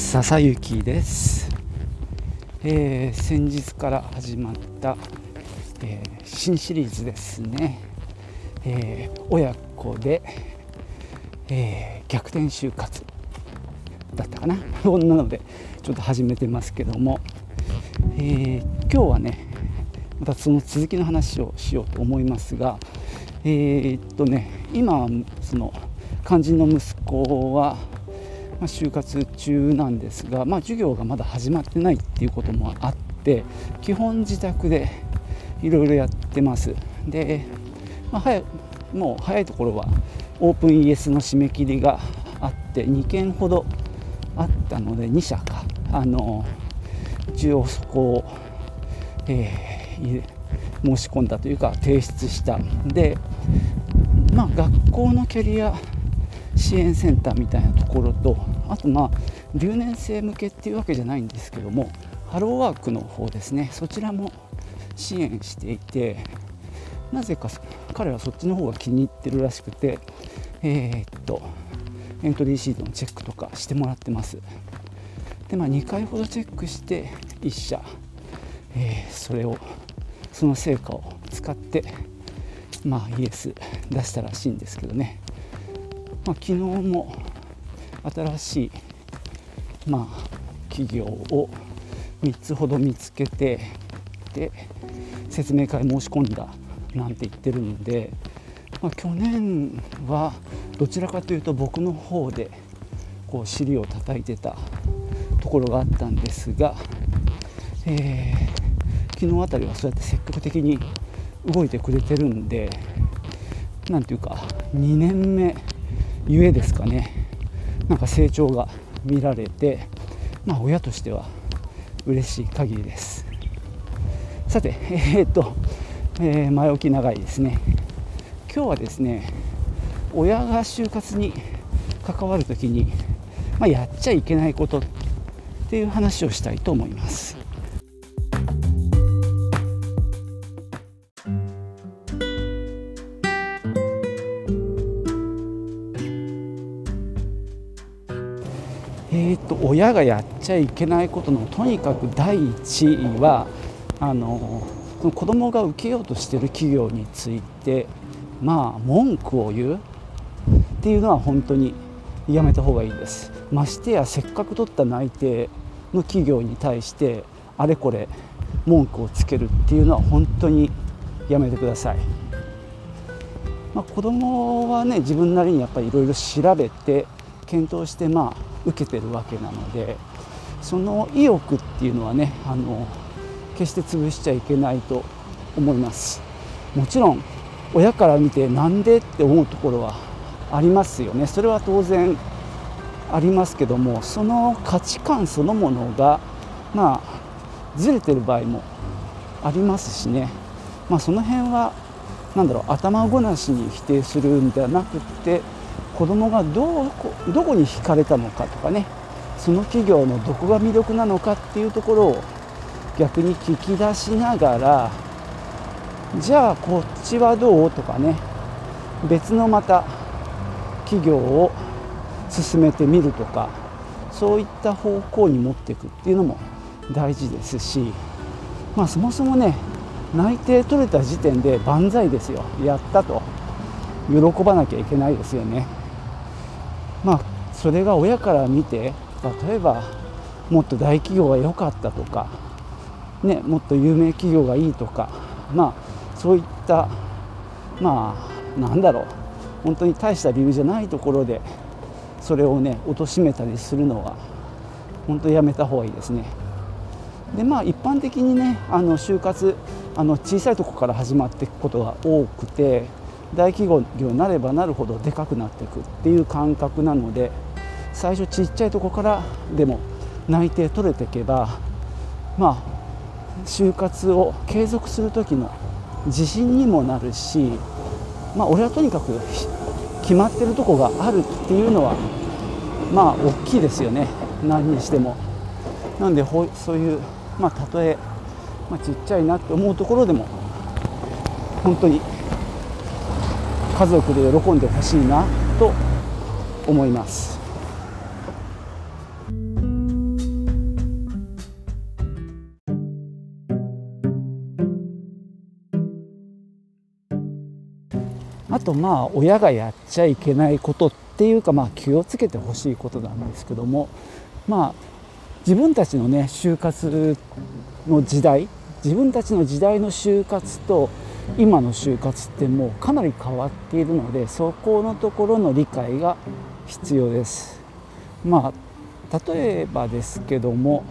笹雪です。先日から始まった、新シリーズですね。親子で、逆転就活だったかな、そんなのでちょっと始めてますけども、今日はねまたその続きの話をしようと思いますが、今その肝心の息子は就活中なんですが、授業がまだ始まってないっていうこともあって、基本自宅でいろいろやってます。で、もう早いところはオープン ES の締め切りがあって2件ほどあったので、2社か一応そこを、申し込んだというか提出したで、学校のキャリア支援センターみたいなところと、あと留年生向けっていうわけじゃないんですけども、ハローワークの方ですね、そちらも支援していて、なぜか彼はそっちの方が気に入ってるらしくて、エントリーシートのチェックとかしてもらってます。で、2回ほどチェックして1社、その成果を使ってイエス出したらしいんですけどね。昨日も新しい、企業を3つほど見つけて、で説明会申し込んだなんて言ってるので、去年はどちらかというと僕の方でこう尻を叩いてたところがあったんですが、昨日あたりはそうやって積極的に動いてくれてるんで、なんていうか2年目ゆえですかね、成長が見られて、親としては嬉しい限りです。さて、前置き長いですね。今日はですね、親が就活に関わるときに、やっちゃいけないことっていう話をしたいと思います。親がやっちゃいけないことのとにかく第一位は、子供が受けようとしている企業について文句を言うっていうのは本当にやめた方がいいです。ましてやせっかく取った内定の企業に対してあれこれ文句をつけるっていうのは本当にやめてください。子供はね、自分なりにやっぱりいろいろ調べて検討して受けてるわけなので、その意欲っていうのはね、決して潰しちゃいけないと思います。もちろん親から見てなんでって思うところはありますよね。それは当然ありますけども、その価値観そのものがずれてる場合もありますしね。その辺は頭ごなしに否定するんではなくって、子供がどこに惹かれたのかとかね、その企業のどこが魅力なのかっていうところを逆に聞き出しながら、じゃあこっちはどうとかね、別のまた企業を進めてみるとか、そういった方向に持っていくっていうのも大事ですし、そもそもね、内定取れた時点で万歳ですよ。やったと喜ばなきゃいけないですよね。それが親から見て、例えばもっと大企業が良かったとかね、もっと有名企業がいいとか、そういった本当に大した理由じゃないところでそれをね貶めたりするのは本当にやめた方がいいですね。で一般的にね、就活小さいところから始まっていくことが多くて、大企業になればなるほどでかくなっていくっていう感覚なので、最初ちっちゃいところからでも内定取れていけば就活を継続する時の自信にもなるし、俺はとにかく決まってるとこがあるっていうのは大きいですよね、何にしても。なんでそういうたとえちっちゃいなって思うところでも本当に家族で喜んでほしいなと思います。 と親がやっちゃいけないことっていうか気をつけてほしいことなんですけども、自分たちのね就活の時代、自分たちの時代の就活と今の就活ってもうかなり変わっているので、そこのところの理解が必要です。例えばですけども、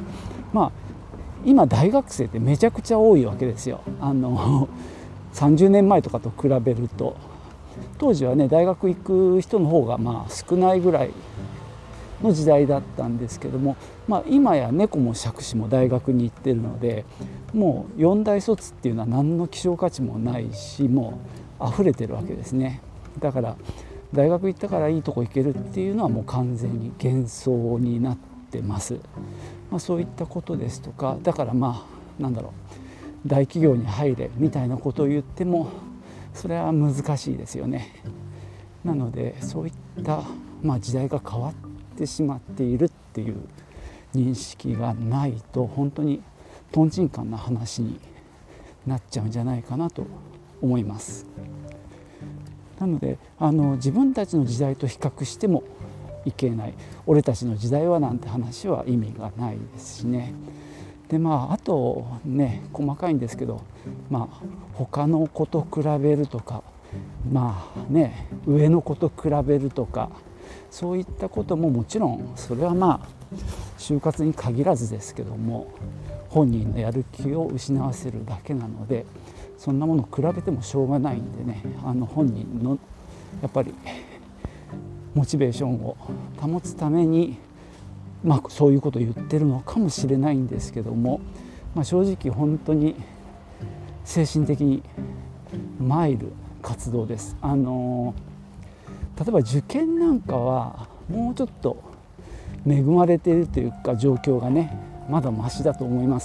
今大学生ってめちゃくちゃ多いわけですよ。30年前とかと比べると、当時はね大学行く人の方が少ないぐらいの時代だったんですけども、今や猫も杓子も大学に行ってるので、もう4大卒っていうのは何の希少価値もないし、もう溢れてるわけですね。だから大学行ったからいいとこ行けるっていうのはもう完全に幻想になってます。そういったことですとか、だから大企業に入れみたいなことを言ってもそれは難しいですよね。なのでそういった時代が変わってしまっているっていう認識がないと、本当にとんちんかんな話になっちゃうんじゃないかなと思います。なので自分たちの時代と比較してもいけない、俺たちの時代はなんて話は意味がないですしね。であとね細かいんですけど、他の子と比べるとか上の子と比べるとか、そういったことももちろんそれは就活に限らずですけども、本人のやる気を失わせるだけなので、そんなものを比べてもしょうがないんでね、本人のやっぱりモチベーションを保つためにそういうことを言ってるのかもしれないんですけども、正直本当に精神的に参る活動です。例えば受験なんかはもうちょっと恵まれているというか状況がねまだマシだと思います。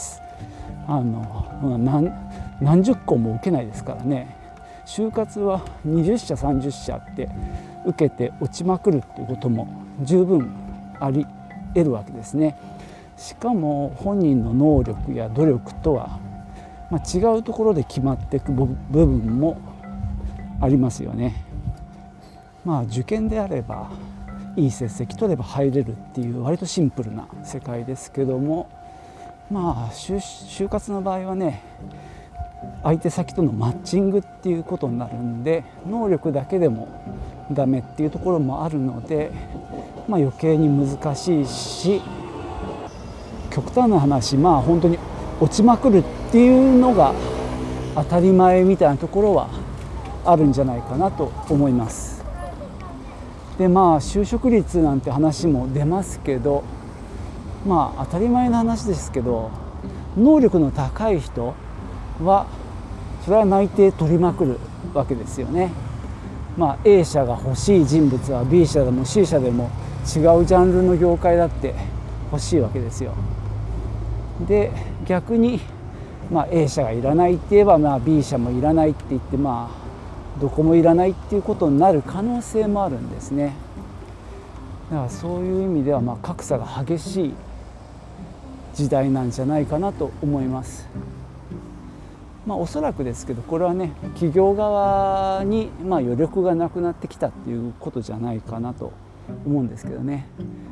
何十個も受けないですからね。就活は20社30社って受けて落ちまくるっていうことも十分あり得るわけですね。しかも本人の能力や努力とは、違うところで決まっていく部分もありますよね。受験であればいい成績取れば入れるっていう割とシンプルな世界ですけども、就活の場合はね相手先とのマッチングっていうことになるんで、能力だけでもダメっていうところもあるので、余計に難しいし、極端な話本当に落ちまくるっていうのが当たり前みたいなところはあるんじゃないかなと思います。で就職率なんて話も出ますけど、当たり前の話ですけど、能力の高い人はそれは内定取りまくるわけですよね。A 社が欲しい人物は B 社でも C 社でも違うジャンルの業界だって欲しいわけですよ。で逆に、A 社がいらないって言えば、B 社もいらないって言って、どこもいらないっていうことになる可能性もあるんですね。だからそういう意味では、格差が激しい時代なんじゃないかなと思います。おそらくですけど、これはね企業側に余力がなくなってきたっていうことじゃないかなと思うんですけどね。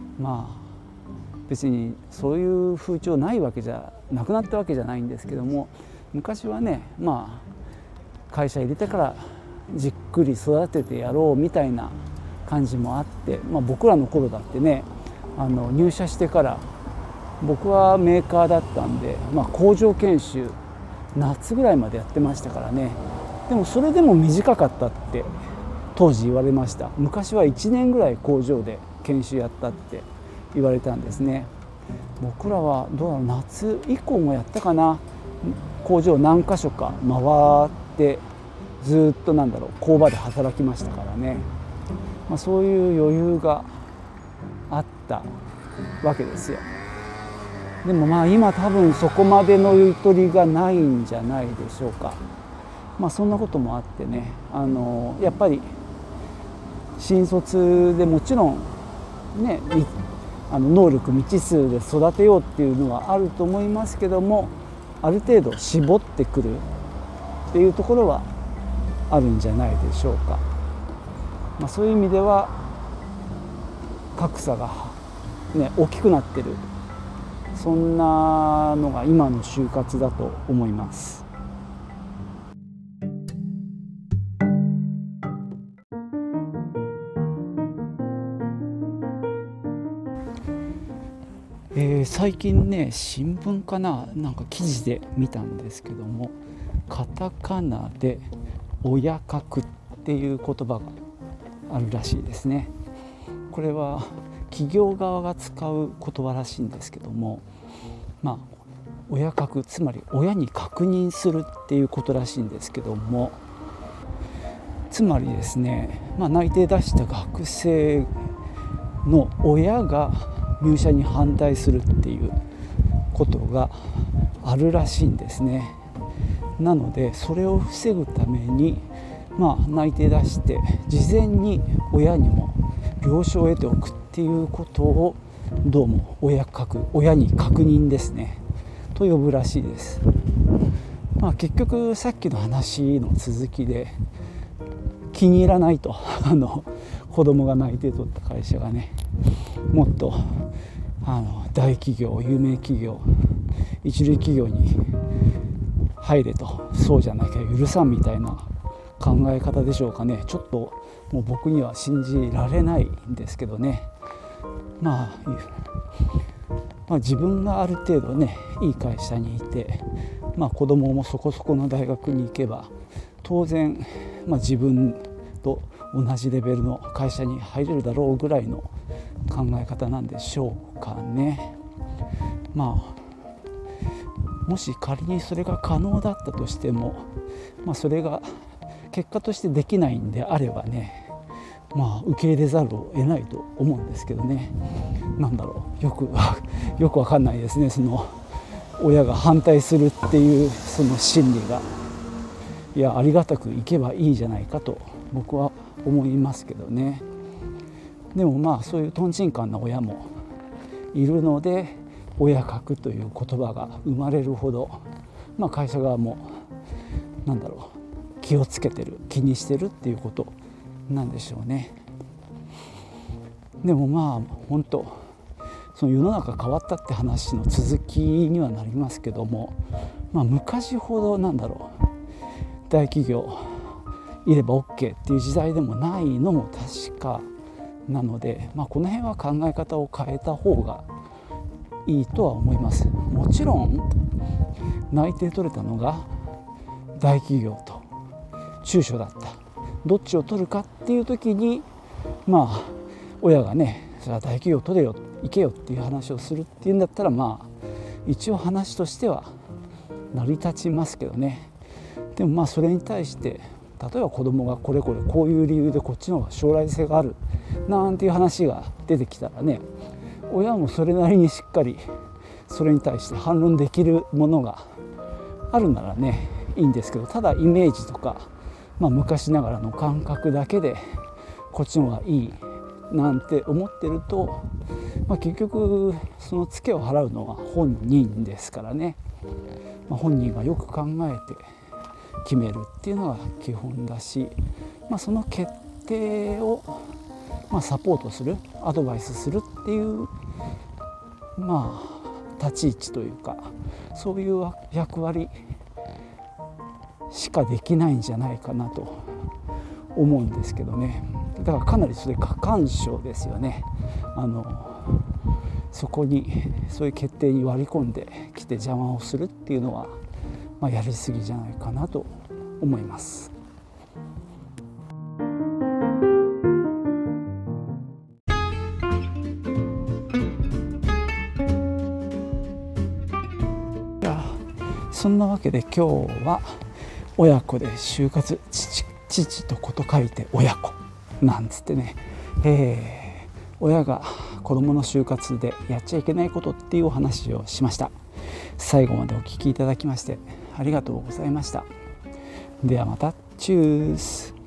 別にそういう風潮ないわけじゃなくなったわけじゃないんですけども、昔はね会社入れてからじっくり育ててやろうみたいな感じもあって、僕らの頃だってね入社してから、僕はメーカーだったんで、工場研修夏ぐらいまでやってましたからね。でもそれでも短かったって当時言われました。昔は1年ぐらい工場で研修やったって言われたんですね。僕らはどうだろう、夏以降もやったかな。工場何箇所か回ってずっと工場で働きましたからね。そういう余裕があったわけですよ。でも今多分そこまでのゆとりがないんじゃないでしょうか。そんなこともあってね、やっぱり新卒でもちろんね能力未知数で育てようっていうのはあると思いますけども、ある程度絞ってくるっていうところはあるんじゃないでしょうか。そういう意味では格差が、大きくなってる、そんなのが今の就活だと思います。最近ね、新聞かなんか記事で見たんですけども、カタカナで親格っていう言葉があるらしいですね。これは企業側が使う言葉らしいんですけども、親格、つまり親に確認するっていうことらしいんですけども、つまりですね、内定出した学生の親が入社に反対するっていうことがあるらしいんですね。なのでそれを防ぐために、内定出して事前に親にも了承を得ておくっていうことを、どうも親に確認ですねと呼ぶらしいです。結局さっきの話の続きで、気に入らないと子供が内定取った会社がね、もっと大企業、有名企業、一流企業に入れと、そうじゃなきゃ許さんみたいな考え方でしょうかね。ちょっともう僕には信じられないんですけどね。自分がある程度ね、いい会社にいて、子供もそこそこの大学に行けば当然、自分と同じレベルの会社に入れるだろうぐらいの考え方なんでしょうかね。もし仮にそれが可能だったとしても、それが結果としてできないんであればね、受け入れざるを得ないと思うんですけどね。よくわかんないですね。その親が反対するっていうその心理が、ありがたくいけばいいじゃないかと僕は思いますけどね。でもそういうとんちんかんな親もいるので、親格という言葉が生まれるほど、会社側も気をつけてる、気にしてるっていうことなんでしょうね。でも本当その世の中変わったって話の続きにはなりますけども、昔ほど大企業いれば OK っていう時代でもないのも確かなので、この辺は考え方を変えた方がいいとは思います。もちろん内定取れたのが大企業と中小だった、どっちを取るかっていう時に親がね、それは大企業取れよ、行けよっていう話をするっていうんだったら、一応話としては成り立ちますけどね。でもそれに対して例えば子供がこれこういう理由でこっちの方が将来性があるなんていう話が出てきたらね、親もそれなりにしっかりそれに対して反論できるものがあるならね、いいんですけど、ただイメージとか、昔ながらの感覚だけでこっちの方がいいなんて思ってると、結局そのツケを払うのは本人ですからね。本人がよく考えて決めるっていうのが基本だし、その決定をサポートする、アドバイスするっていう立ち位置というか、そういう役割しかできないんじゃないかなと思うんですけどね。だからかなりそれ過干渉ですよね。そこにそういう決定に割り込んできて邪魔をするっていうのは、やりすぎじゃないかなと思います。そんなわけで今日は親子で就活、父と子と書いて親子なんつってね、親が子供の就活でやっちゃいけないことっていうお話をしました。最後までお聞きいただきましてありがとうございました。ではまた、チュース。